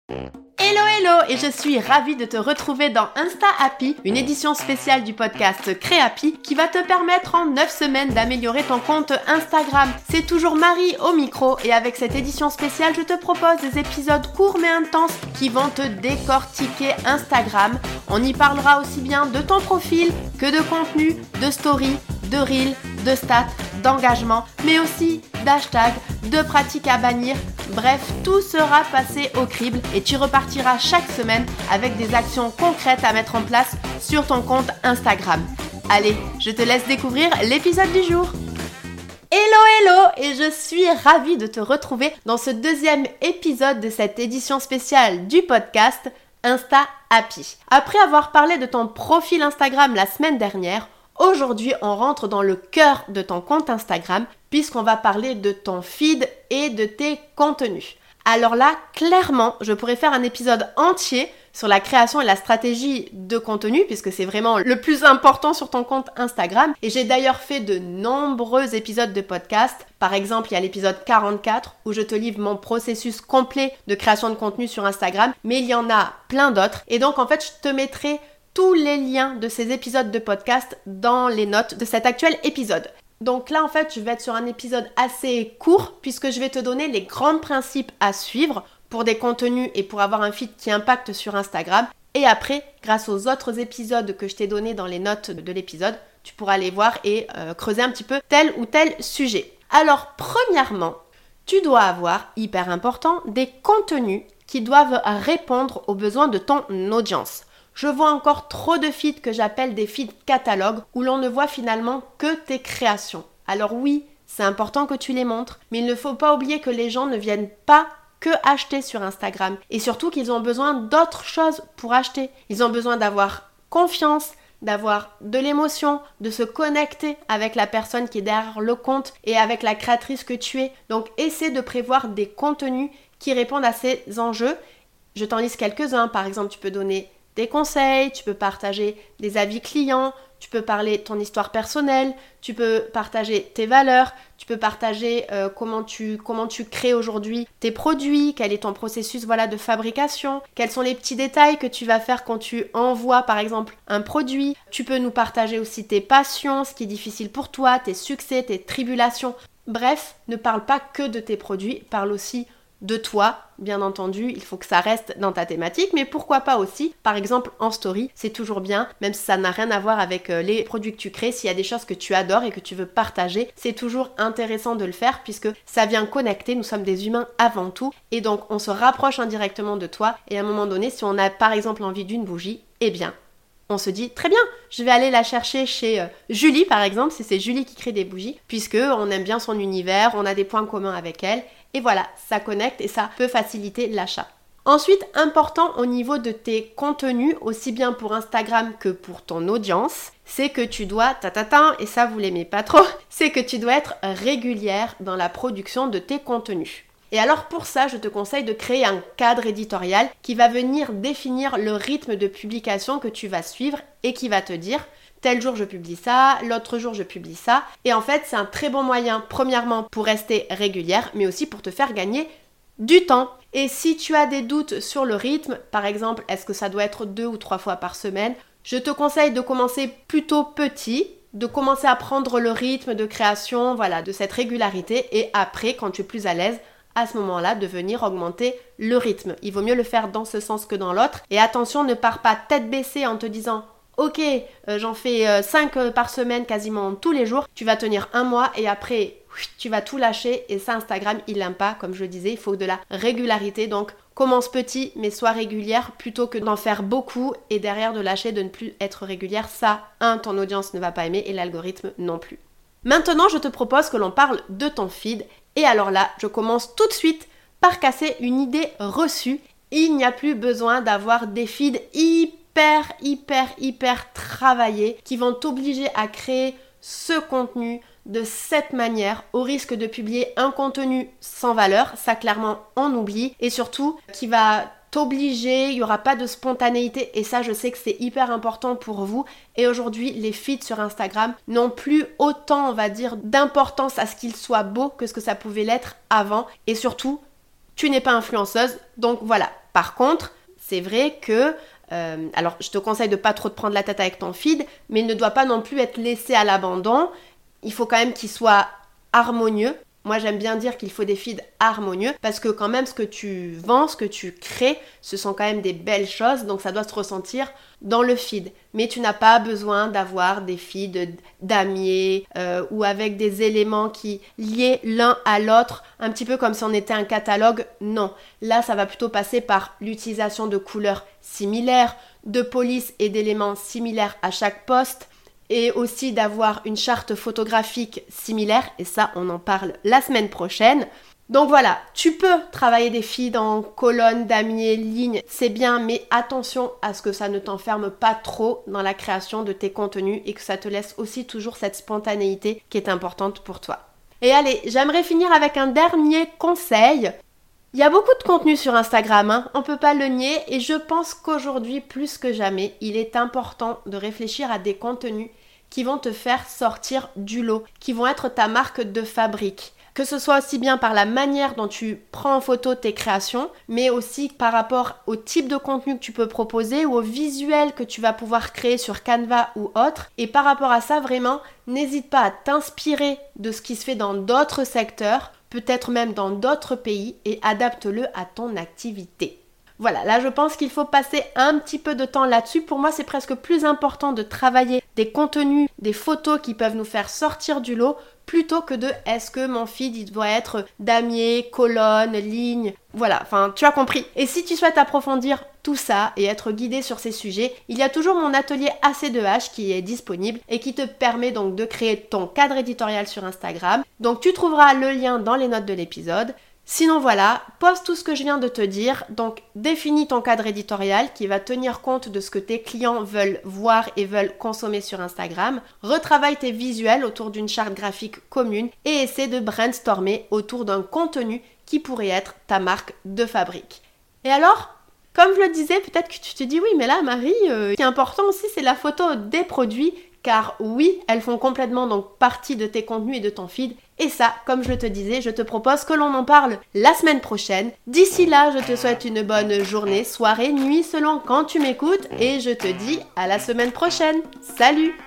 Hello hello et je suis ravie de te retrouver dans Insta Happy, une édition spéciale du podcast Créapi qui va te permettre en 9 semaines d'améliorer ton compte Instagram. C'est toujours Marie au micro et avec cette édition spéciale, je te propose des épisodes courts mais intenses qui vont te décortiquer Instagram. On y parlera aussi bien de ton profil que de contenu, de story, de reel, de stats, d'engagement, mais aussi d'hashtags, de pratiques à bannir. Bref, tout sera passé au crible et tu repartiras chaque semaine avec des actions concrètes à mettre en place sur ton compte Instagram. Allez, je te laisse découvrir l'épisode du jour. Hello et je suis ravie de te retrouver dans ce deuxième épisode de cette édition spéciale du podcast Insta Happy. Après avoir parlé de ton profil Instagram la semaine dernière, aujourd'hui, on rentre dans le cœur de ton compte Instagram puisqu'on va parler de ton feed et de tes contenus. Alors là, clairement, je pourrais faire un épisode entier sur la création et la stratégie de contenu puisque c'est vraiment le plus important sur ton compte Instagram. Et j'ai d'ailleurs fait de nombreux épisodes de podcast. Par exemple, il y a l'épisode 44 où je te livre mon processus complet de création de contenu sur Instagram. Mais il y en a plein d'autres. Et donc, en fait, je te mettrai tous les liens de ces épisodes de podcast dans les notes de cet actuel épisode. Donc là, en fait, je vais être sur un épisode assez court puisque je vais te donner les grands principes à suivre pour des contenus et pour avoir un feed qui impacte sur Instagram. Et après, grâce aux autres épisodes que je t'ai donnés dans les notes de l'épisode, tu pourras aller voir et creuser un petit peu tel ou tel sujet. Alors, premièrement, tu dois avoir, hyper important, des contenus qui doivent répondre aux besoins de ton audience. Je vois encore trop de feeds que j'appelle des feeds catalogues où l'on ne voit finalement que tes créations. Alors oui, c'est important que tu les montres, mais il ne faut pas oublier que les gens ne viennent pas que acheter sur Instagram et surtout qu'ils ont besoin d'autres choses pour acheter. Ils ont besoin d'avoir confiance, d'avoir de l'émotion, de se connecter avec la personne qui est derrière le compte et avec la créatrice que tu es. Donc essaie de prévoir des contenus qui répondent à ces enjeux. Je t'en liste quelques-uns. Par exemple, tu peux donner des conseils, tu peux partager des avis clients, tu peux parler de ton histoire personnelle, tu peux partager tes valeurs, tu peux partager comment tu crées aujourd'hui tes produits, quel est ton processus de fabrication, quels sont les petits détails que tu vas faire quand tu envoies par exemple un produit. Tu peux nous partager aussi tes passions, ce qui est difficile pour toi, tes succès, tes tribulations. Bref, ne parle pas que de tes produits, parle aussi de toi, bien entendu, il faut que ça reste dans ta thématique, mais pourquoi pas aussi, par exemple en story, c'est toujours bien, même si ça n'a rien à voir avec les produits que tu crées, s'il y a des choses que tu adores et que tu veux partager, c'est toujours intéressant de le faire puisque ça vient connecter, nous sommes des humains avant tout, et donc on se rapproche indirectement de toi, et à un moment donné, si on a par exemple envie d'une bougie, eh bien, on se dit, très bien, je vais aller la chercher chez Julie par exemple, si c'est Julie qui crée des bougies, puisque on aime bien son univers, on a des points communs avec elle, et voilà, ça connecte et ça peut faciliter l'achat. Ensuite, important au niveau de tes contenus, aussi bien pour Instagram que pour ton audience, c'est que tu dois, et ça vous l'aimez pas trop, c'est que tu dois être régulière dans la production de tes contenus. Et alors pour ça, je te conseille de créer un cadre éditorial qui va venir définir le rythme de publication que tu vas suivre et qui va te dire tel jour je publie ça, l'autre jour je publie ça. Et en fait, c'est un très bon moyen, premièrement, pour rester régulière, mais aussi pour te faire gagner du temps. Et si tu as des doutes sur le rythme, par exemple, est-ce que ça doit être 2 ou 3 fois par semaine, je te conseille de commencer plutôt petit, de commencer à prendre le rythme de création, de cette régularité. Et après, quand tu es plus à l'aise, à ce moment-là, de venir augmenter le rythme. Il vaut mieux le faire dans ce sens que dans l'autre. Et attention, ne pars pas tête baissée en te disant ok, j'en fais 5 par semaine quasiment tous les jours, tu vas tenir un mois et après tu vas tout lâcher et ça Instagram il l'aime pas, comme je le disais, il faut de la régularité, donc commence petit mais sois régulière plutôt que d'en faire beaucoup et derrière de lâcher, de ne plus être régulière, ça, ton audience ne va pas aimer et l'algorithme non plus. Maintenant je te propose que l'on parle de ton feed et alors là je commence tout de suite par casser une idée reçue, il n'y a plus besoin d'avoir des feeds hyper travaillés qui vont t'obliger à créer ce contenu de cette manière au risque de publier un contenu sans valeur, ça clairement on oublie et surtout qui va t'obliger, il n'y aura pas de spontanéité et ça je sais que c'est hyper important pour vous et aujourd'hui les feeds sur Instagram n'ont plus autant on va dire d'importance à ce qu'ils soient beaux que ce que ça pouvait l'être avant et surtout tu n'es pas influenceuse donc voilà. Par contre, c'est vrai que alors je te conseille de pas trop te prendre la tête avec ton feed, mais il ne doit pas non plus être laissé à l'abandon. Il faut quand même qu'il soit harmonieux. Moi, j'aime bien dire qu'il faut des feeds harmonieux parce que quand même, ce que tu vends, ce que tu crées, ce sont quand même des belles choses, donc ça doit se ressentir dans le feed. Mais tu n'as pas besoin d'avoir des feeds damiers ou avec des éléments qui liés l'un à l'autre, un petit peu comme si on était un catalogue. Non, là, ça va plutôt passer par l'utilisation de couleurs similaires, de polices et d'éléments similaires à chaque post, et aussi d'avoir une charte photographique similaire, et ça on en parle la semaine prochaine. Donc voilà, tu peux travailler des feeds en colonnes, damiers, lignes, c'est bien, mais attention à ce que ça ne t'enferme pas trop dans la création de tes contenus et que ça te laisse aussi toujours cette spontanéité qui est importante pour toi. Et allez, j'aimerais finir avec un dernier conseil. Il y a beaucoup de contenu sur Instagram, on peut pas le nier, et je pense qu'aujourd'hui, plus que jamais, il est important de réfléchir à des contenus qui vont te faire sortir du lot, qui vont être ta marque de fabrique. Que ce soit aussi bien par la manière dont tu prends en photo tes créations, mais aussi par rapport au type de contenu que tu peux proposer ou au visuel que tu vas pouvoir créer sur Canva ou autre. Et par rapport à ça, vraiment, n'hésite pas à t'inspirer de ce qui se fait dans d'autres secteurs, peut-être même dans d'autres pays, et adapte-le à ton activité. Voilà, là je pense qu'il faut passer un petit peu de temps là-dessus. Pour moi, c'est presque plus important de travailler des contenus, des photos qui peuvent nous faire sortir du lot, plutôt que de est-ce que mon feed il doit être damier, colonne, ligne, voilà, enfin tu as compris. Et si tu souhaites approfondir tout ça et être guidé sur ces sujets, il y a toujours mon atelier AC2H qui est disponible et qui te permet donc de créer ton cadre éditorial sur Instagram. Donc tu trouveras le lien dans les notes de l'épisode. Sinon voilà, pose tout ce que je viens de te dire, donc définis ton cadre éditorial qui va tenir compte de ce que tes clients veulent voir et veulent consommer sur Instagram, retravaille tes visuels autour d'une charte graphique commune et essaie de brainstormer autour d'un contenu qui pourrait être ta marque de fabrique. Et alors, comme je le disais, peut-être que tu te dis oui mais là Marie, ce qui est important aussi c'est la photo des produits, car oui, elles font complètement donc partie de tes contenus et de ton feed. Et ça, comme je te disais, je te propose que l'on en parle la semaine prochaine. D'ici là, je te souhaite une bonne journée, soirée, nuit, selon quand tu m'écoutes. Et je te dis à la semaine prochaine. Salut!